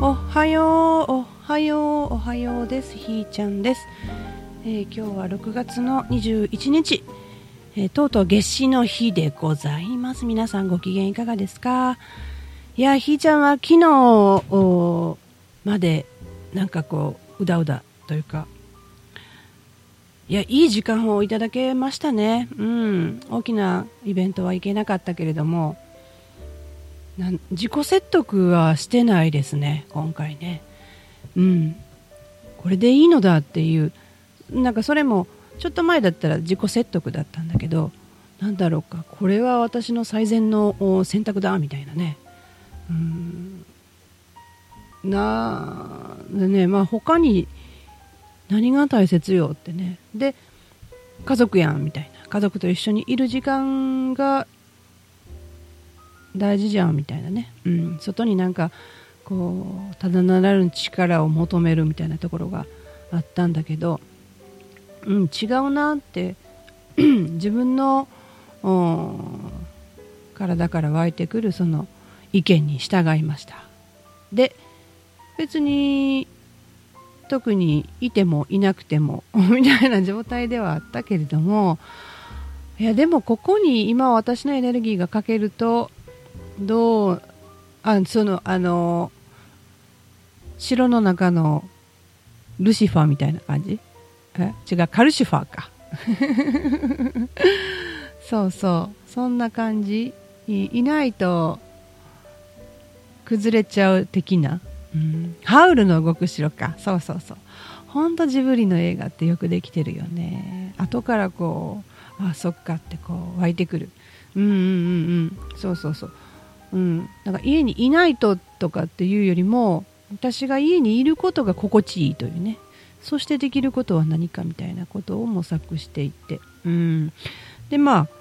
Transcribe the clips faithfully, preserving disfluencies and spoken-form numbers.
おはようおはようおはようです。ひーちゃんです。えー、今日はろくがつのにじゅういちにち、えー、とうとう夏至の日でございます。皆さんご機嫌いかがですか？いや、ひーちゃんは昨日までなんかこううだうだというか、いや、いい時間をいただけましたね。うん、大きなイベントは行けなかったけれども、なん自己説得はしてないですね、今回ね。うん、これでいいのだっていう、なんかそれもちょっと前だったら自己説得だったんだけど、なんだろうか、これは私の最善の選択だみたいなね。うん、なでね、まあ他に何が大切よってね。で、家族やんみたいな、家族と一緒にいる時間が大事じゃんみたいなね、うん、外になんかこうただならぬ力を求めるみたいなところがあったんだけど、うん、違うなって自分の体から湧いてくるその意見に従いました。で、別に特にいてもいなくてもみたいな状態ではあったけれども、いやでもここに今私のエネルギーがかけると、どうあそのあの城の中のルシファーみたいな感じ、え違う、カルシファーかそうそう、そんな感じ。 い, いないと崩れちゃう的な、うん、ハウルの動く城か。そうそうそう、ほんとジブリの映画ってよくできてるよね。後からこう、あ、そっかってこう湧いてくる。うんうんうんうん、そうそうそう、うん、なんか家にいないととかっていうよりも、私が家にいることが心地いいというね、そしてできることは何かみたいなことを模索していって、うん、でまあ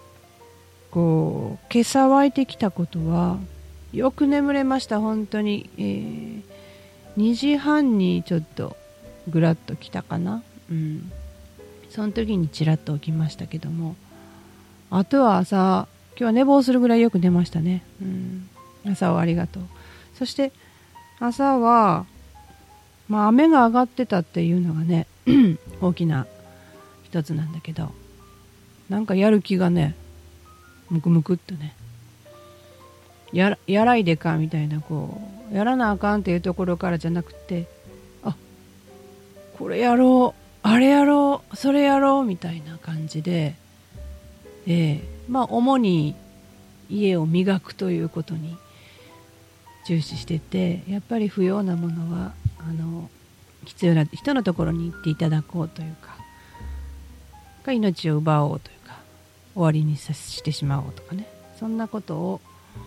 こう今朝湧いてきたことは、よく眠れました。本当に、えー、にじはんにちょっとぐらっと来たかな、うん、その時にちらっと起きましたけども、あとは朝、今日は寝坊するぐらいよく寝ましたね、うん、朝はありがとう。そして朝は、まあ、雨が上がってたっていうのがね大きな一つなんだけど、なんかやる気がねムクムクっとね、や ら, やらいでかみたいな、こうやらなあかんっていうところからじゃなくて、あ、これやろう、あれやろう、それやろうみたいな感じで、えー、まあ主に家を磨くということに重視してて、やっぱり不要なものはあの必要な人のところに行っていただこうというか、か命を奪おうというか、終わりにさしてしまおうとかね、そんなことを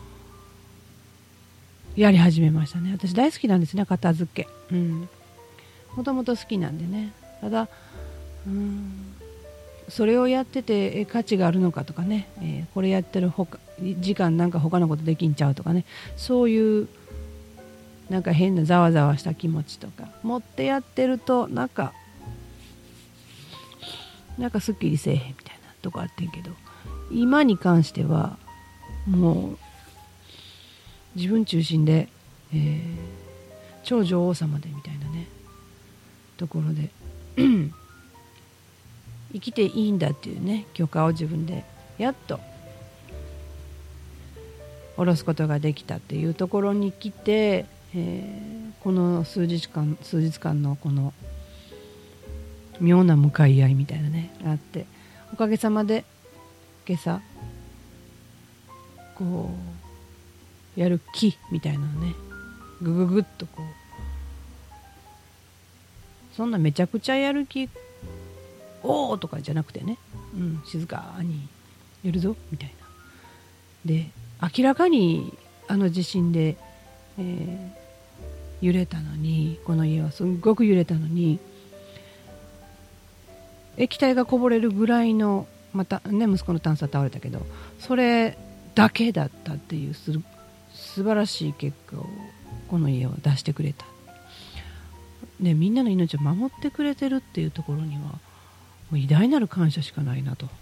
やり始めましたね。私大好きなんですね、片付け。うん、もともと好きなんでね。ただ、うーん、それをやってて価値があるのかとかね、えー、これやってるほか時間なんか他のことできんちゃうとかね、そういうなんか変なざわざわした気持ちとか持ってやってると、なんかなんかすっきりせえへんみたいなとこあってんけど、今に関してはもう自分中心で、えー、超女王様でみたいなねところで生きていいんだっていうね許可を自分でやっと下ろすことができたっていうところに来て、えー、この数日間数日間のこの妙な向かい合いみたいなねあって、おかげさまで今朝こうやる気みたいなのね、ぐぐぐっとこう、そんなめちゃくちゃやる気おーとかじゃなくてね、うん、静かにやるぞみたいな。で、明らかにあの地震で、えー、揺れたのに、この家はすごく揺れたのに、液体がこぼれるぐらいの、またね、息子のタンスは倒れたけど、それだけだったっていうす素晴らしい結果をこの家は出してくれた、ね、みんなの命を守ってくれてるっていうところにはもう偉大なる感謝しかないなと。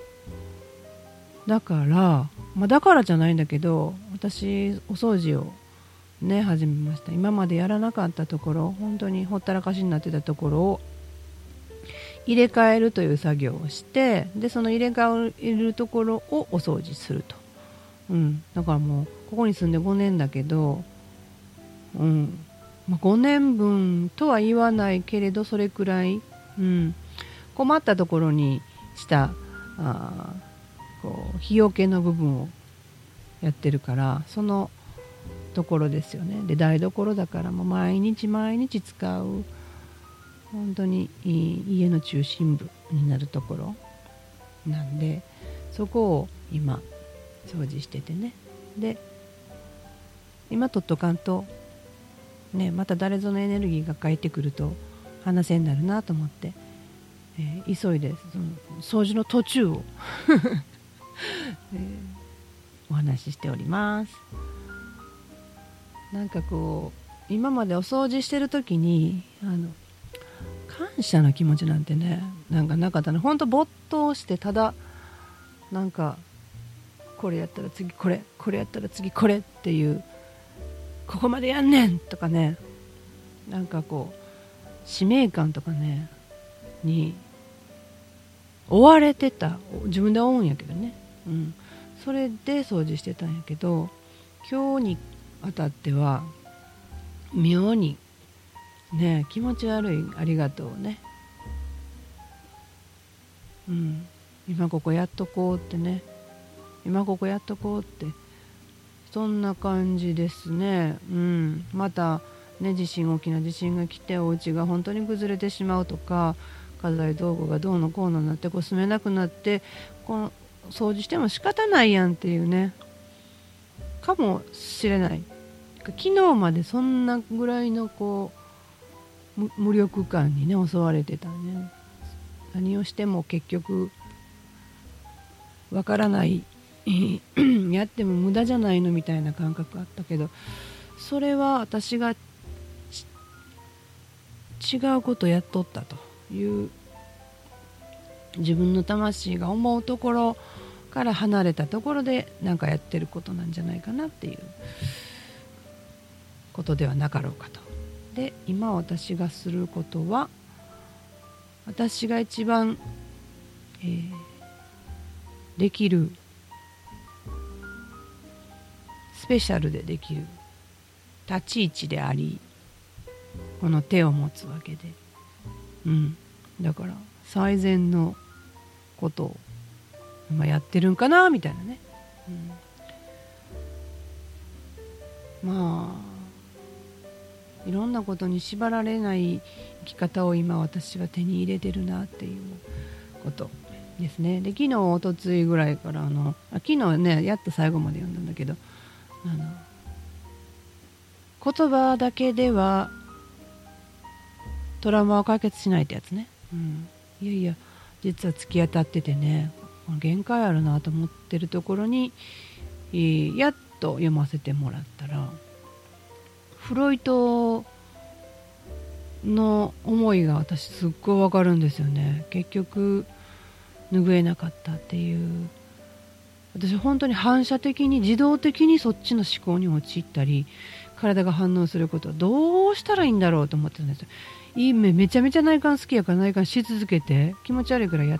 だから、まあ、だからじゃないんだけど、私お掃除をね始めました。今までやらなかったところ、本当にほったらかしになってたところを入れ替えるという作業をして、でその入れ替えるところをお掃除すると、うん、だからもうここに住んでごねんだけど、うんまあ、ごねんぶんとは言わないけれどそれくらい、うん、困ったところにしたあこう日よけの部分をやってるから、そのところですよね。で台所だからもう毎日毎日使う本当に家の中心部になるところなんで、そこを今掃除しててね。で今取っとかんとね、また誰ぞのエネルギーが返ってくると話せになるなと思って、えー、急いでその掃除の途中を、えー、お話ししております。なんかこう今までお掃除してる時にあの感謝の気持ちなんてねなんかなかったの。ほんと没頭してただなんかこれやったら次これこれやったら次これっていうここまでやんねんとかね、なんかこう使命感とかねに追われてた。自分で思うんやけどね、うん、それで掃除してたんやけど、今日にあたっては妙にね気持ち悪いありがとうね、うん、今ここやっとこうってね、今ここやっとこうってそんな感じですね、うん、またね地震大きな地震が来てお家が本当に崩れてしまうとか、家財道具がどうのこうのになってこう住めなくなってこの掃除しても仕方ないやんっていうねかもしれない。昨日までそんなぐらいのこう無力感にね襲われてたね。何をしても結局わからないやっても無駄じゃないのみたいな感覚あったけど、それは私が違うことやっとったという自分の魂が思うところから離れたところでなんかやってることなんじゃないかなっていうことではなかろうかと。で今私がすることは、私が一番、えー、できるスペシャルでできる立ち位置であり、この手を持つわけで、うん、だから最善のことを今やってるんかなみたいなね、うん、まあいろんなことに縛られない生き方を今私は手に入れてるなっていうことですね。で昨日おとついぐらいからあのあ昨日ねやっと最後まで読んだんだけど、あの言葉だけではトラウマは解決しないってやつね、うん、いやいや実は突き当たっててね限界あるなと思ってるところに、えー、やっと読ませてもらったらフロイトの思いが私すっごいわかるんですよね。結局拭えなかったっていう、私本当に反射的に自動的にそっちの思考に陥ったり体が反応することはどうしたらいいんだろうと思ってるんですよ。いいめめちゃめちゃ内観好きやから内観し続けて気持ち悪いくらいやって、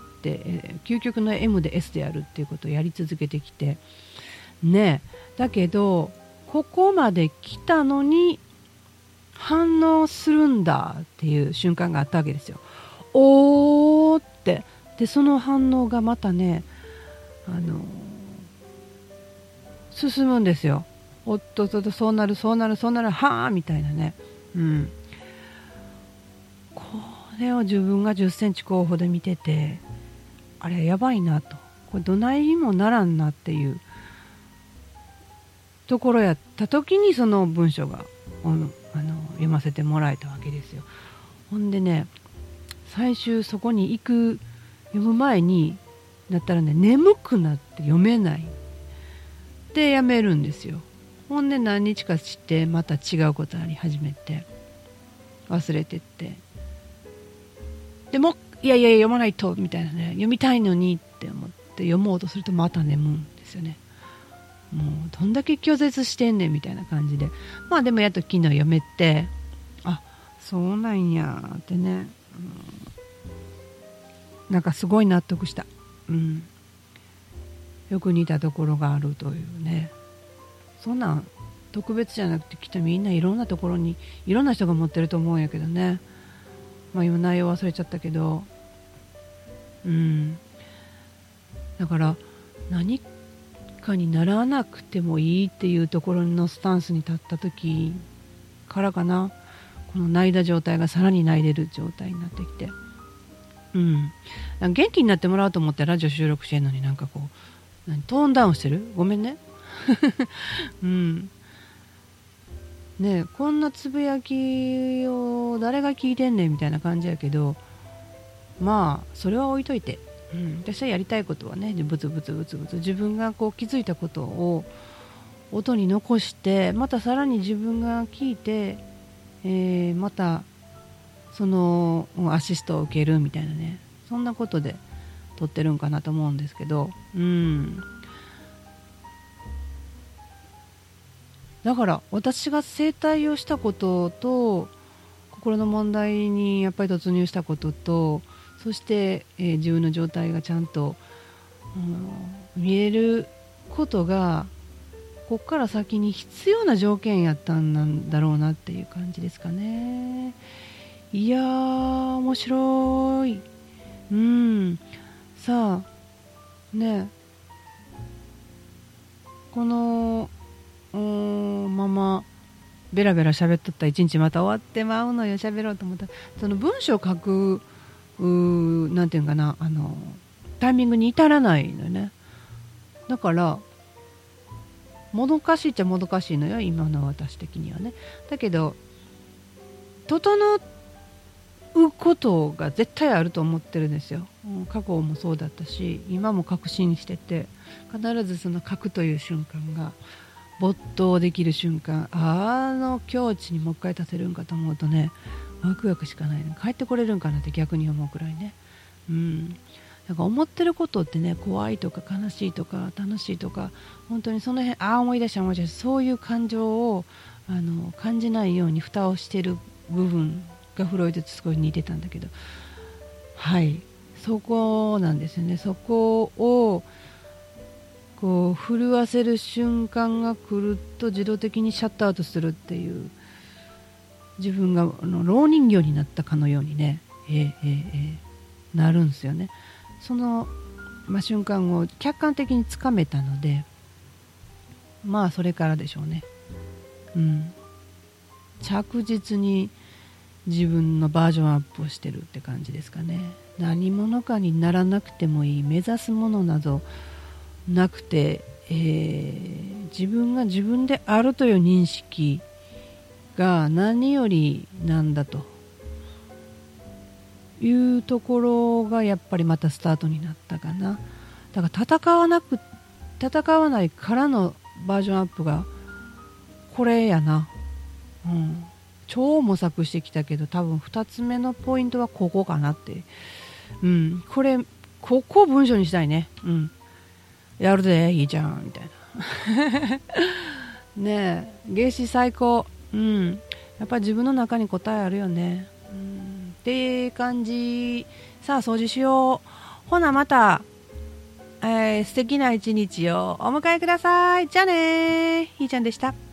えー、究極の エム で エス でやるっていうことをやり続けてきてね。だけどここまで来たのに反応するんだっていう瞬間があったわけですよ。おーってでその反応がまたねあのー、進むんですよ。おっとっとっとそうなるそうなるそうなるはーみたいなね、うん、これを自分がじゅっセンチ後方で見ててあれやばいなと、これどないにもならんなっていうところやった時にその文章があの読ませてもらえたわけですよ。ほんでね最終そこに行く読む前になったらね眠くなって読めないでやめるんですよ。ほんで何日かしてまた違うことあり始めて忘れてってでもいやいや読まないとみたいなね、読みたいのにって思って読もうとするとまた眠るんですよね。 もうどんだけ拒絶してんねんみたいな感じで、まあでもやっと昨日読めて、あ、そうなんやってね、うん、なんかすごい納得した、うん、よく似たところがあるというね。そんなん特別じゃなくて、きっとみんないろんなところにいろんな人が持ってると思うんやけどね。まあ今内容忘れちゃったけど、うん、だから何かにならなくてもいいっていうところのスタンスに立った時からかな、この泣いた状態がさらに泣いてる状態になってきて、うん、元気になってもらおうと思ってラジオ収録してるのに、なんかこう何トーンダウンしてる、ごめんねうん、ねえ、こんなつぶやきを誰が聞いてんねんみたいな感じやけど、まあそれは置いといて、うん、私はやりたいことはね、ブツブツブツブツ自分がこう気づいたことを音に残して、またさらに自分が聞いて、えー、またそのアシストを受けるみたいなね、そんなことで撮ってるんかなと思うんですけど、うん、だから私が整体をしたことと心の問題にやっぱり突入したことと、そして、えー、自分の状態がちゃんと、うん、見えることがここから先に必要な条件やったんなんだろうなっていう感じですかね。いやー面白い。うん、さあね、このままベラベラ喋っとった一日また終わってまうのよ。喋ろうと思ったらその文章を書くうなんていうかな、あのタイミングに至らないのよね。だからもどかしいっちゃもどかしいのよ、今の私的にはね。だけど整うことが絶対あると思ってるんですよ。過去もそうだったし今も確信してて、必ずその書くという瞬間が没頭できる瞬間、あの境地にもう一回立てるんかと思うとね、ワクワクしかないね。帰ってこれるんかなって逆に思うくらいね。うん、なんか思ってることってね、怖いとか悲しいとか楽しいとか、本当にその辺、ああ思い出した思い出した、そういう感情をあの感じないように蓋をしてる部分がフロイトと少し似てたんだけど、はい、そこなんですよね。そこをこう震わせる瞬間が来ると自動的にシャットアウトするっていう、自分があの蝋人形になったかのようにね、えーえーえー、なるんですよね。その、まあ、瞬間を客観的につかめたので、まあそれからでしょうね、うん、着実に自分のバージョンアップをしてるって感じですかね。何者かにならなくてもいい、目指すものなどなくて、えー、自分が自分であるという認識が何よりなんだというところがやっぱりまたスタートになったかな。だから戦わなく戦わないからのバージョンアップがこれやな、うん、超模索してきたけど多分ふたつめのポイントはここかなって、うん、これここを文章にしたいね、うん、やるでいいじゃんみたいなねえ、芸師最高、うん、やっぱり自分の中に答えあるよね、うん、って感じ。さあ掃除しよう。ほなまた、えー、素敵な一日をお迎えください。じゃあねー、ひーちゃんでした。